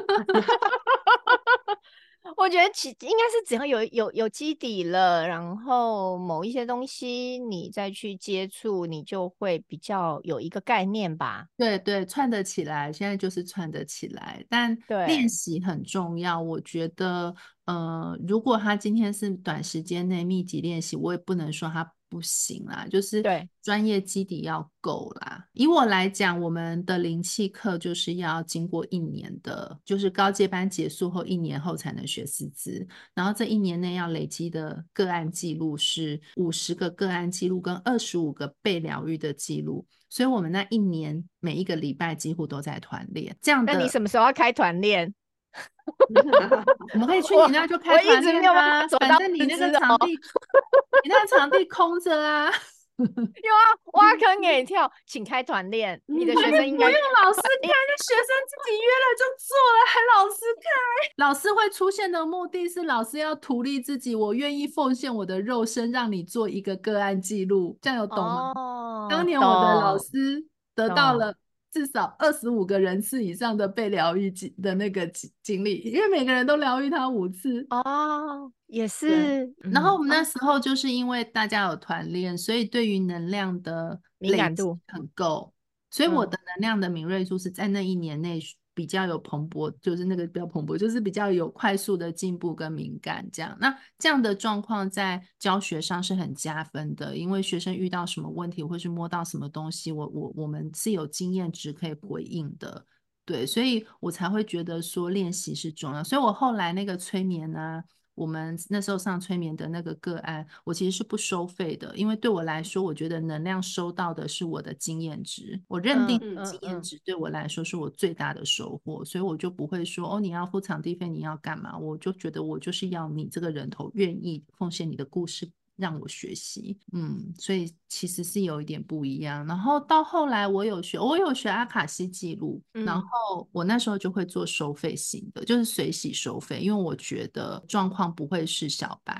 我觉得其应该是只要有有有基底了，然后某一些东西你再去接触，你就会比较有一个概念吧。 对对，串得起来，现在就是串得起来，但练对习很重要。我觉得，呃，如果他今天是短时间内密集练习，我也不能说他不行啦，就是对， 专业基底要够啦。以我来讲，我们的灵气课就是要经过一年的，就是高阶班结束后一年后才能学师资，然后这一年内要累积的个案记录是五十个个案记录跟二十五个被疗愈的记录。所以我们那一年每一个礼拜几乎都在团练，这样那你的什么时候要开团练？ 我们可以去你我那就开我一团直没有办法练啊， 走到反正你那个师资哦。 场地，你那个场地空着啊。 又要挖坑给你跳，请开团练。你的学生应该不用老师开，那学生自己约了就做了，还老师开。老师会出现的目的是，老师要图利自己，我愿意奉献我的肉身，让你做一个个案记录，这样有懂吗？当哦， 年我的老懂师得到懂了至少二十五个人次以上的被疗愈经的那个经经历，因为每个人都疗愈他五次。 哦，也对， 是， 然后我嗯啊， 们那时候就是因为大家有团练，所以对于能量的累积敏感度， 很够，所以我嗯的能量的敏锐度是在那一年内比较有蓬勃，就是那个比较蓬勃，就是比较有快速的进步跟敏感这样。那这样的状况在教学上是很加分的，因为学生遇到什么问题或是摸到什么东西，我我我们是有经验值可以回应的。对，所以我才会觉得说练习是重要。所以我后来那个催眠呢、我们那时候上催眠的那个个案，我其实是不收费的，因为对我来说，我觉得能量收到的是我的经验值，我认定嗯嗯经验嗯嗯值对我来说是我最大的收获，所以我就不会说哦，你要付场地费，你要干嘛？我就觉得我就是要你这个人头愿意奉献你的故事让我学习，嗯，所以其实是有一点不一样。然后到后来我有学，我有学阿卡西记录，然嗯后我那时候就会做收费型的，就是随喜收费，因为我觉得状况不会是小白。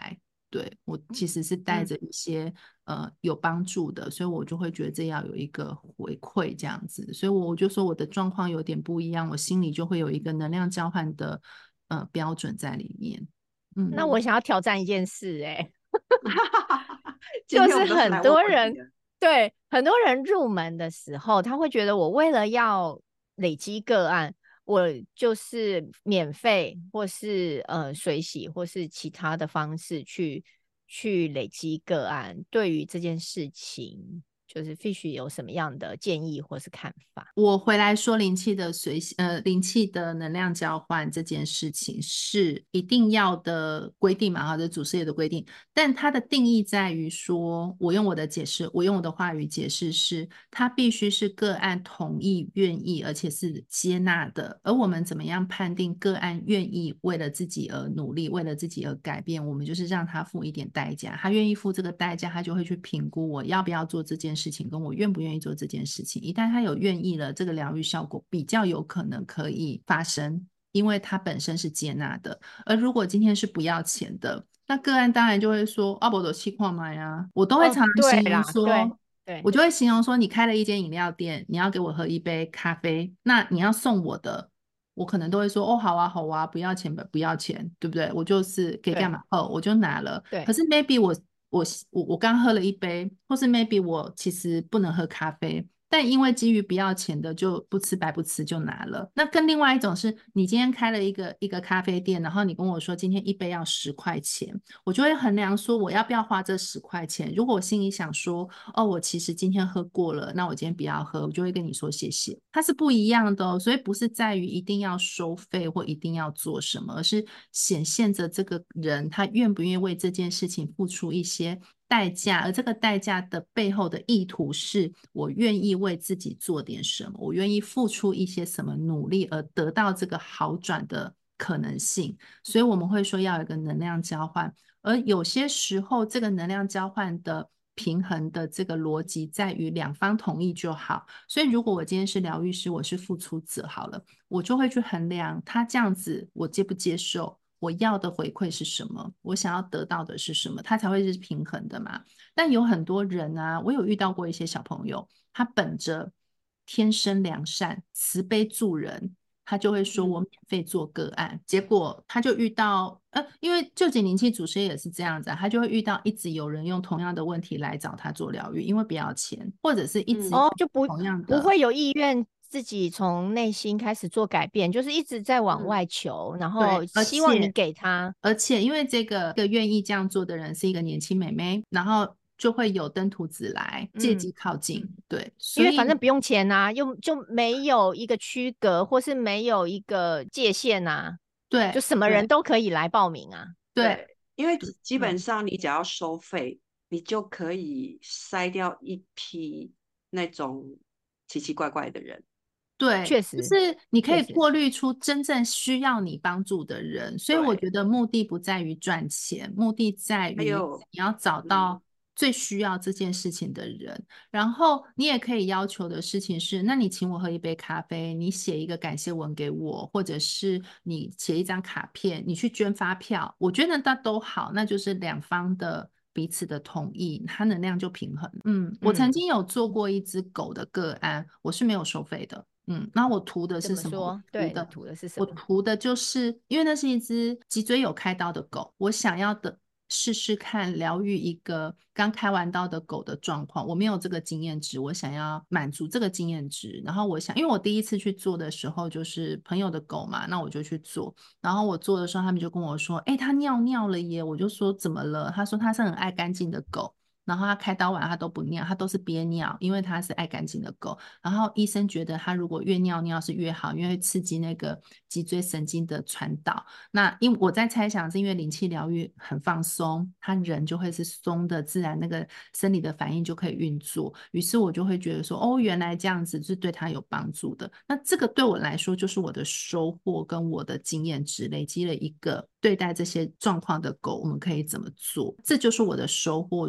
对，我其实是带嗯着一些、呃有帮助的，所以我就会觉得这要有一个回馈这样子，所以我就说我的状况有点不一样，我心里就会有一个能量交换的呃标准在里面。嗯， 那我想要挑战一件事、欸，哎， 今就是天我们都是来很问多人问题的。 对很多人入门的时候，他会觉得我为了要累积个案，我就是免费或是呃水洗或是其他的方式去去累积个案。对于这件事情，就是 Fish 有什么样的建议或是看法？ 我回来说灵气的随呃灵气的能量交换这件事情是一定要的规定嘛，哈，这祖师爷的规定。但它的定义在于说，我用我的解释，我用我的话语解释是，它必须是个案同意、愿意，而且是接纳的。而我们怎么样判定个案愿意为了自己而努力，为了自己而改变？我们就是让他付一点代价，他愿意付这个代价，他就会去评估我要不要做这件事情，跟我愿不愿意做这件事情。一旦他有愿意了，这个疗愈效果比较有可能可以发生，因为他本身是接纳的。而如果今天是不要钱的，那个案当然就会说啊，我的气矿买啊，我都会哦， 常常对形容啦，对说， 对我就会形容说，你开了一间饮料店，你要给我喝一杯咖啡，那你要送我的，我可能都会说，哦，好啊，好啊，不要钱吧，不要钱，对不对？我就是给干对嘛，哦，我就拿了。可对是 maybe 我我我我刚喝了一杯，或是 maybe 我其实不能喝咖啡，但因为基于不要钱的，就不吃白不吃就拿了。那跟另外一种是你今天开了一个一个咖啡店，然后你跟我说今天一杯要十块钱，我就会衡量说我要不要花这十块钱。如果我心里想说，哦，我其实今天喝过了，那我今天不要喝，我就会跟你说谢谢。它是不一样的哦，所以不是在于一定要收费或一定要做什么，而是显现着这个人他愿不愿意为这件事情付出一些代价，而这个代价的背后的意图是我愿意为自己做点什么，我愿意付出一些什么努力而得到这个好转的可能性。所以我们会说要有一个能量交换，而有些时候这个能量交换的平衡的这个逻辑在于两方同意就好。所以如果我今天是疗愈师，我是付出者好了，我就会去衡量他这样子我接不接受，我要的回馈是什么，我想要得到的是什么，他才会是平衡的嘛。但有很多人啊，我有遇到过一些小朋友，他本着天生良善、慈悲助人，他就会说我免费做个案，结果他就遇到呃，因为旧井灵气祖师也是这样子啊，他就会遇到一直有人用同样的问题来找他做疗愈，因为不要钱，或者是一直嗯哦， 用就不同样的。 不会有意愿自己从内心开始做改变，就是一直在往嗯外求，然后对，而希望你且给他。 而且因为这个这个愿意这样做的人是一个年轻妹妹，然后就会有登徒子来借机嗯靠近， 嗯， 对， 因所以为反正不用钱呐、又就没有一个区隔，或是没有一个界限呐、就对什么人对都可以来报名啊。 对， 对，因为基基本嗯， 上你只要收费，你就可以筛掉一批那种奇奇怪怪的人。 对，就确实， 是你可以确实， 过滤出真正需要你帮助的人，所以我对， 觉得目的不在于赚钱，目的在于还有， 你要找嗯到最需要这件事情的人。然后你也可以要求的事情是，那你请我喝一杯咖啡，你写一个感谢文给我，或者是你写一张卡片，你去捐发票，我觉得那都好，那就是两方的彼此的同意，它能量就平衡。嗯，我曾嗯， 经有做过一只狗的个案，我是没有收费的。嗯，那我图的怎是什么？我么说？对你图的， 图的是什么？ 我图的就是因为那是一只脊椎有开刀的狗，我想要的试试看疗愈一个刚开完刀的狗的状况。我没有这个经验值，我想要满足这个经验值。然后我想，因为我第一次去做的时候就是朋友的狗嘛，那我就去做。然后我做的时候，他们就跟我说：“哎，它尿尿了耶！”我就说：“怎么了？”他说：“它是很爱干净的狗。”然后他开刀完他都不尿，他都是憋尿，因为他是爱干净的狗。然后医生觉得他如果越尿尿是越好，因为会刺激那个脊椎神经的传导。那因我在猜想是因为灵气疗愈很放松，他人就会是松的，自然那个生理的反应就可以运作。于是我就会觉得说，哦，原来这样子是对他有帮助的。那这个对我来说就是我的收获跟我的经验值，累积了一个对待这些状况的狗，我们可以怎么做？这就是我的收获，我就不会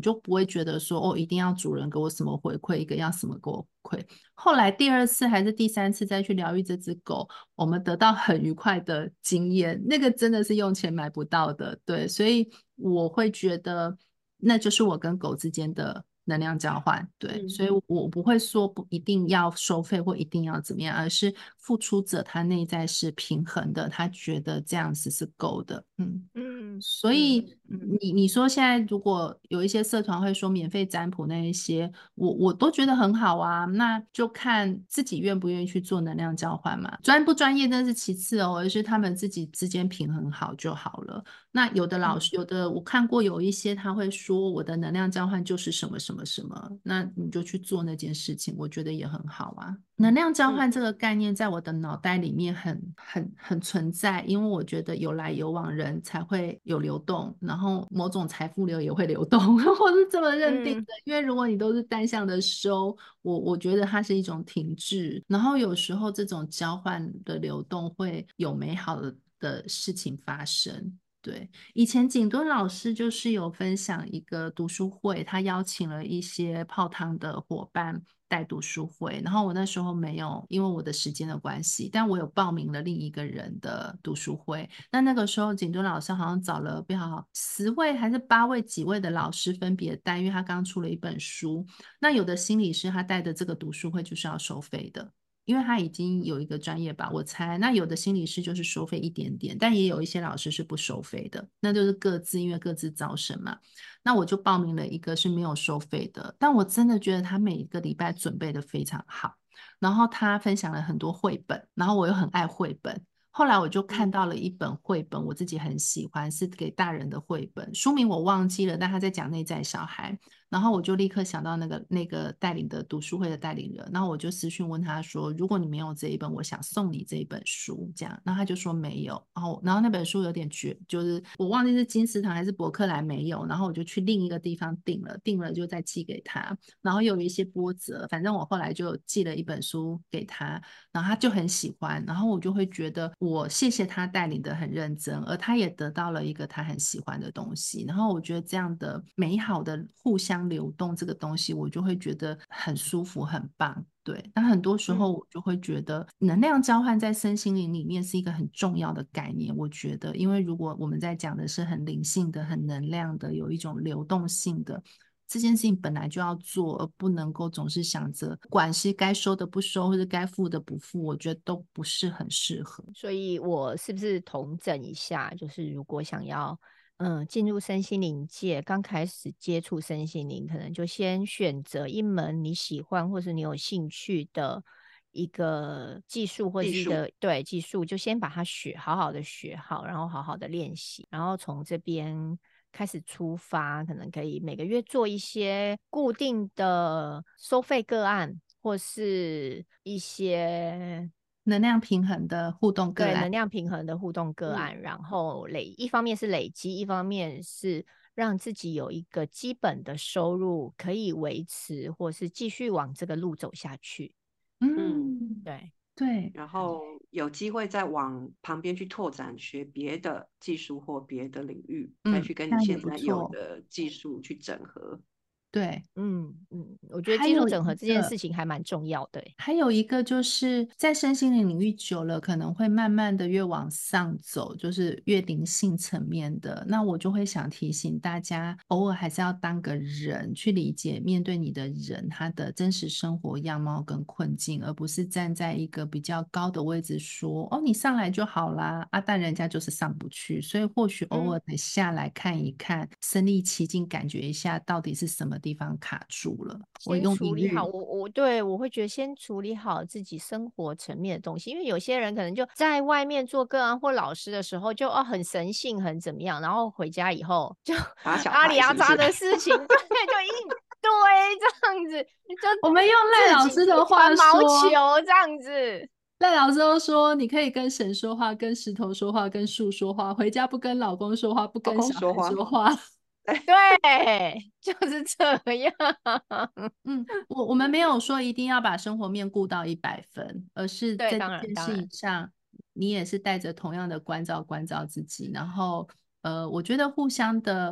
觉得说哦，一定要主人给我什么回馈，一个要什么给我回馈。后来第二次还是第三次再去疗愈这只狗，我们得到很愉快的经验，那个真的是用钱买不到的。对，所以我会觉得那就是我跟狗之间的能量交换。对， 嗯所以我不会说不一定要收费或一定要怎么样，而是付出者他内在是平衡的，他觉得这样子是够的。嗯。 嗯所以嗯嗯你你说现在如果有一些社团会说免费占卜那一些，我我都觉得很好啊，那就看自己愿不愿意去做能量交换嘛。专不专业那是其次哦，而是他们自己之间平衡好就好了。那有的老师，有的我看过有一些他会说我的能量交换就是什么什么什么，那你就去做那件事情，我觉得也很好啊。能量交换这个概念在我的脑袋里面很很很存在，因为我觉得有来有往人才会有流动，然后某种财富流也会流动，我是这么认定的。因为如果你都是单向的收，我我觉得它是一种停滞，然后有时候这种交换的流动会有美好的的事情发生。对，以前景敦老师就是有分享一个读书会，他邀请了一些泡汤的伙伴带读书会，然后我那时候没有，因为我的时间的关系，但我有报名了另一个人的读书会。那那个时候景敦老师好像找了不好十位还是八位几位的老师分别带，因为他刚出了一本书。那有的心理师他带的这个读书会就是要收费的。因为他已经有一个专业吧，我猜。那有的心理师就是收费一点点，但也有一些老师是不收费的，那就是各自因为各自招生嘛。那我就报名了一个是没有收费的，但我真的觉得他每一个礼拜准备的非常好，然后他分享了很多绘本，然后我又很爱绘本。后来我就看到了一本绘本，我自己很喜欢，是给大人的绘本，书名我忘记了，但他在讲内在小孩。然后我就立刻想到那个那个带领的读书会的带领人，然后我就私讯问他说，如果你没有这一本，我想送你这一本书，这样。然后他就说没有，然后然后那本书有点绝，就是我忘记是金石堂还是博客来没有，然后我就去另一个地方订了，订了就再寄给他，然后有一些波折，反正我后来就寄了一本书给他，然后他就很喜欢，然后我就会觉得我谢谢他带领的很认真，而他也得到了一个他很喜欢的东西，然后我觉得这样的美好的互相流动这个东西，我就会觉得很舒服很棒。对，那很多时候我就会觉得能量交换在身心灵里面是一个很重要的概念。我觉得因为如果我们在讲的是很灵性的很能量的有一种流动性的这件事情本来就要做，而不能够总是想着不管是该收的不收或者该付的不付，我觉得都不是很适合。 所以我是不是统整一下，就是如果想要嗯进入身心灵界，刚开始接触身心灵，可能就先选择一门你喜欢或是你有兴趣的一个技术或是一个对技术，就先把它学好好的学好，然后好好的练习，然后从这边开始出发，可能可以每个月做一些固定的收费个案，或是一些能量平衡的互动个案， 对能量平衡的互动个案，嗯、然后累一方面是累积，一方面是让自己有一个基本的收入可以维持，或是继续往这个路走下去。 嗯， 对对， 然后有机会再往旁边去拓展，学别的技术或别的领域， 嗯， 再去跟你现在有的技术去整合。 对， 嗯嗯，我觉得技术整合这件事情还蛮重要的。 还有一个就是在身心灵领域久了，可能会慢慢的越往上走，就是越灵性层面的。那我就会想提醒大家，偶尔还是要当个人去理解面对你的人他的真实生活样貌跟困境，而不是站在一个比较高的位置说哦你上来就好啦啊，但人家就是上不去，所以或许偶尔得下来看一看，嗯、身临其境感觉一下到底是什么地方卡住了。我先处理好，我我对我会觉得先处理好自己生活层面的东西，因为有些人可能就在外面做个案或老师的时候就哦很神性很怎么样，然后回家以后就阿里阿扎的事情，对，就一堆这样子，就我们用赖老师的话说， 毛球这样子。 赖老师都说，你可以跟神说话，跟石头说话，跟树说话，回家不跟老公说话，不跟小孩说话。 对，就是这样。 嗯，我我们没有说一定要把生活面顾到一百分，而是在这件事情上，你也是带着同样的关照关照自己。然后，呃，我觉得互相的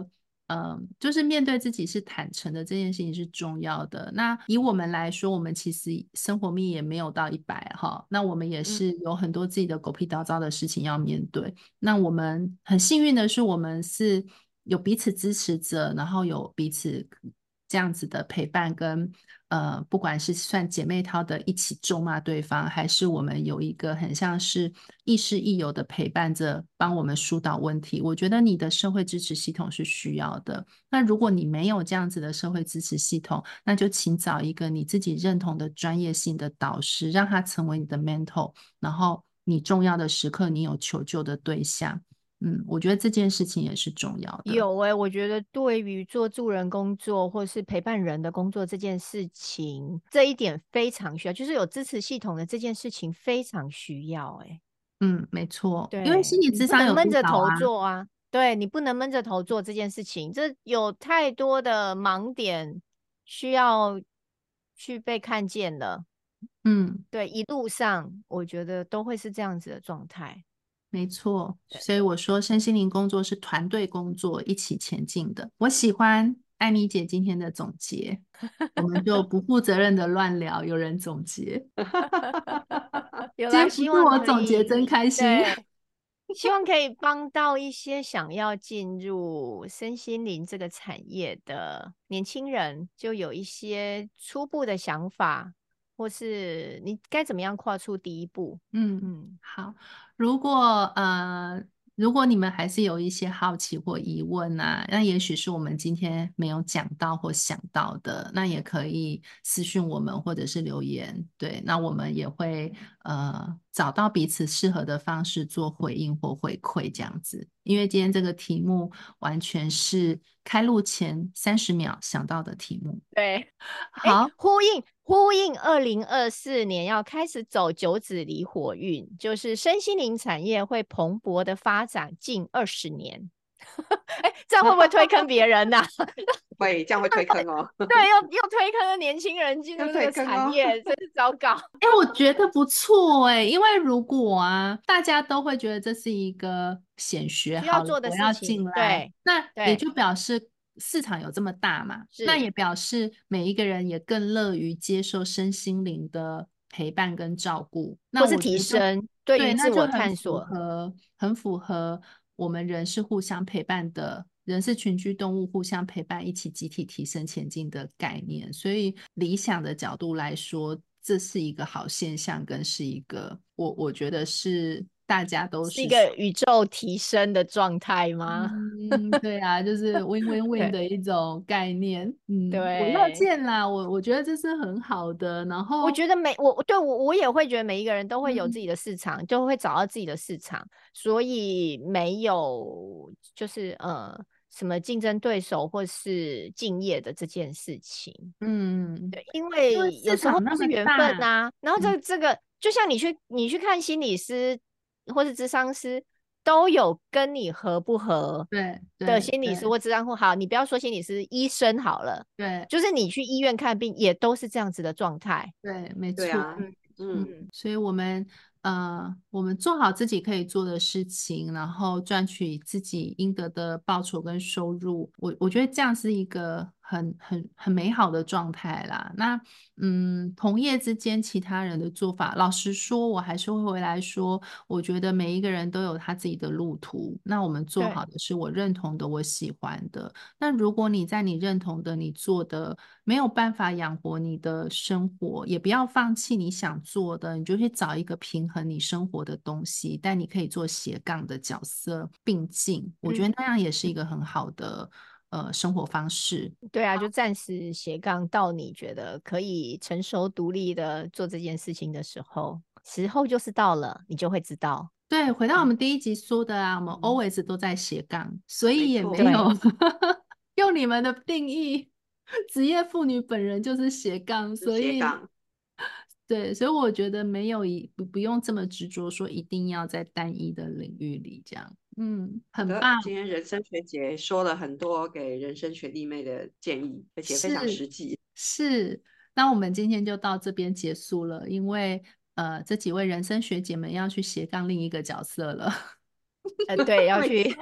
嗯，就是面对自己是坦诚的这件事情是重要的。那以我们来说，我们其实生活命也没有到一百哈，那我们也是有很多自己的狗屁倒灶的事情要面对。那我们很幸运的是，我们是有彼此支持者，然后有彼此这样子的陪伴跟呃，不管是算姐妹淘的一起咒骂对方，还是我们有一个很像是亦师亦友的陪伴着，帮我们疏导问题。我觉得你的社会支持系统是需要的。那如果你没有这样子的社会支持系统，那就请找一个你自己认同的专业性的导师，让他成为你的 mentor，然后你重要的时刻你有求救的对象。嗯，我觉得这件事情也是重要的。 有诶、我觉得对于做助人工作或是陪伴人的工作这件事情，这一点非常需要，就是有支持系统的这件事情非常需要诶、 嗯，没错，因为心对， 理你不能咨商有闷着头督导啊。 做啊，对你不能闷着头做这件事情，这有太多的盲点需要去被看见了。 嗯， 对，一路上我觉得都会是这样子的状态。 没错，所以我说身心灵工作是团队工作，一起前进的。我喜欢艾米姐今天的总结，我们就不负责任的乱聊，有人总结。 有啦， 今天不是希望我总结， 可以， 真开心。 对，希望可以帮到一些想要进入身心灵这个产业的年轻人，就有一些初步的想法，或是你该怎么样跨出第一步。 嗯， 嗯， 好。如果呃，如果你们还是有一些好奇或疑问啊，那也许是我们今天没有讲到或想到的，那也可以私讯我们或者是留言。对，那我们也会呃找到彼此适合的方式做回应或回馈这样子。因为今天这个题目完全是开录前三十秒想到的题目。 对，哎， 好， 呼应呼应，二零二四年要开始走九子离火运，就是身心灵产业会蓬勃的发展近二十年。哎，这样会不会推坑别人呐、 会这样会推坑哦， 对，又又推坑了年轻人进入要这个推坑哦。 产业，真是糟糕。 哎、我觉得不错哎、因为如果啊，大家都会觉得这是一个显学，好了， 需要做的我要事情， 进来， 对那也对， 就表示市场有这么大嘛，那是， 也表示每一个人也更乐于接受身心灵的陪伴跟照顾。那或是提我觉得， 升对对， 于自我那就很探索。 符合，很符合我们人是互相陪伴的。人是群居动物，互相陪伴，一起集体提升前进的概念。所以，理想的角度来说，这是一个好现象，跟是一个我我觉得是大家都是一是说， 个宇宙提升的状态吗？ 嗯，对啊，就是 win win win 对的一种概念。嗯，我乐对， 见啦，我我觉得这是很好的。然后， 我觉得每我对我我也会觉得每一个人都会有自嗯己的市场，就会找到自己的市场，所以没有就是呃什么竞争对手或是敬业的这件事情。 嗯， 对，因因为为有时候市场那么就是缘分大， 呐、然后嗯， 这这个就像你去你去看心理师或是咨商师，都有跟你合不合对的对对心理师或咨商或好，你不要说心理师，医生好了， 对就是你去医院看病也都是这样子的状态。 对，没错。 对啊， 嗯嗯， 嗯， 嗯， 所以我们呃，我们做好自己可以做的事情，然后赚取自己应得的报酬跟收入，我我觉得这样是一个很很很美好的状态啦。那嗯，同业之间其他人的做法，老实说，我还是会回来说，我觉得每一个人都有他自己的路途。那我们做对， 好的是我认同的，我喜欢的。那如果你在你认同的、你做的没有办法养活你的生活，也不要放弃你想做的，你就去找一个平衡你生活的东西，但你可以做斜杠的角色并进，我觉嗯， 得那样也是一个很好的呃生活方式。 对啊，就暂时斜杠到你觉得可以成熟独立的做这件事情的时候，时候就是到了，你就会知道。 对，回到我对， 们第一集说的啊，我们嗯 always 都在斜杠，所以也没错， 没有对， 用你们的定义，职业妇女本人就是斜杠， 是所以斜杠。 对，所以我觉得没有一不不用这么执着说一定要在单一的领域里这样，嗯， 好的， 很棒， 今天人生学姐说了很多给人生学弟妹的建议，而且非常是实际。 是，那我们今天就到这边结束了，因为呃这几位人生学姐们要去斜杠另一个角色了。 呃，对，要去没错，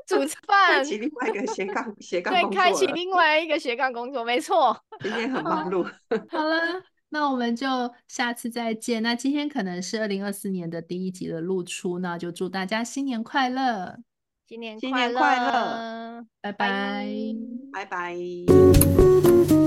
煮开饭， 启另外一个斜杠斜杠对， 工作了。 开启另外一个斜杠工作，没错。 今天很忙碌。 好了，那我们就下次再见。那今天可能是二零二四年的第一集的露出，那就祝大家新年快乐， 新年新快年快乐， 乐， 拜拜。 拜。 拜拜。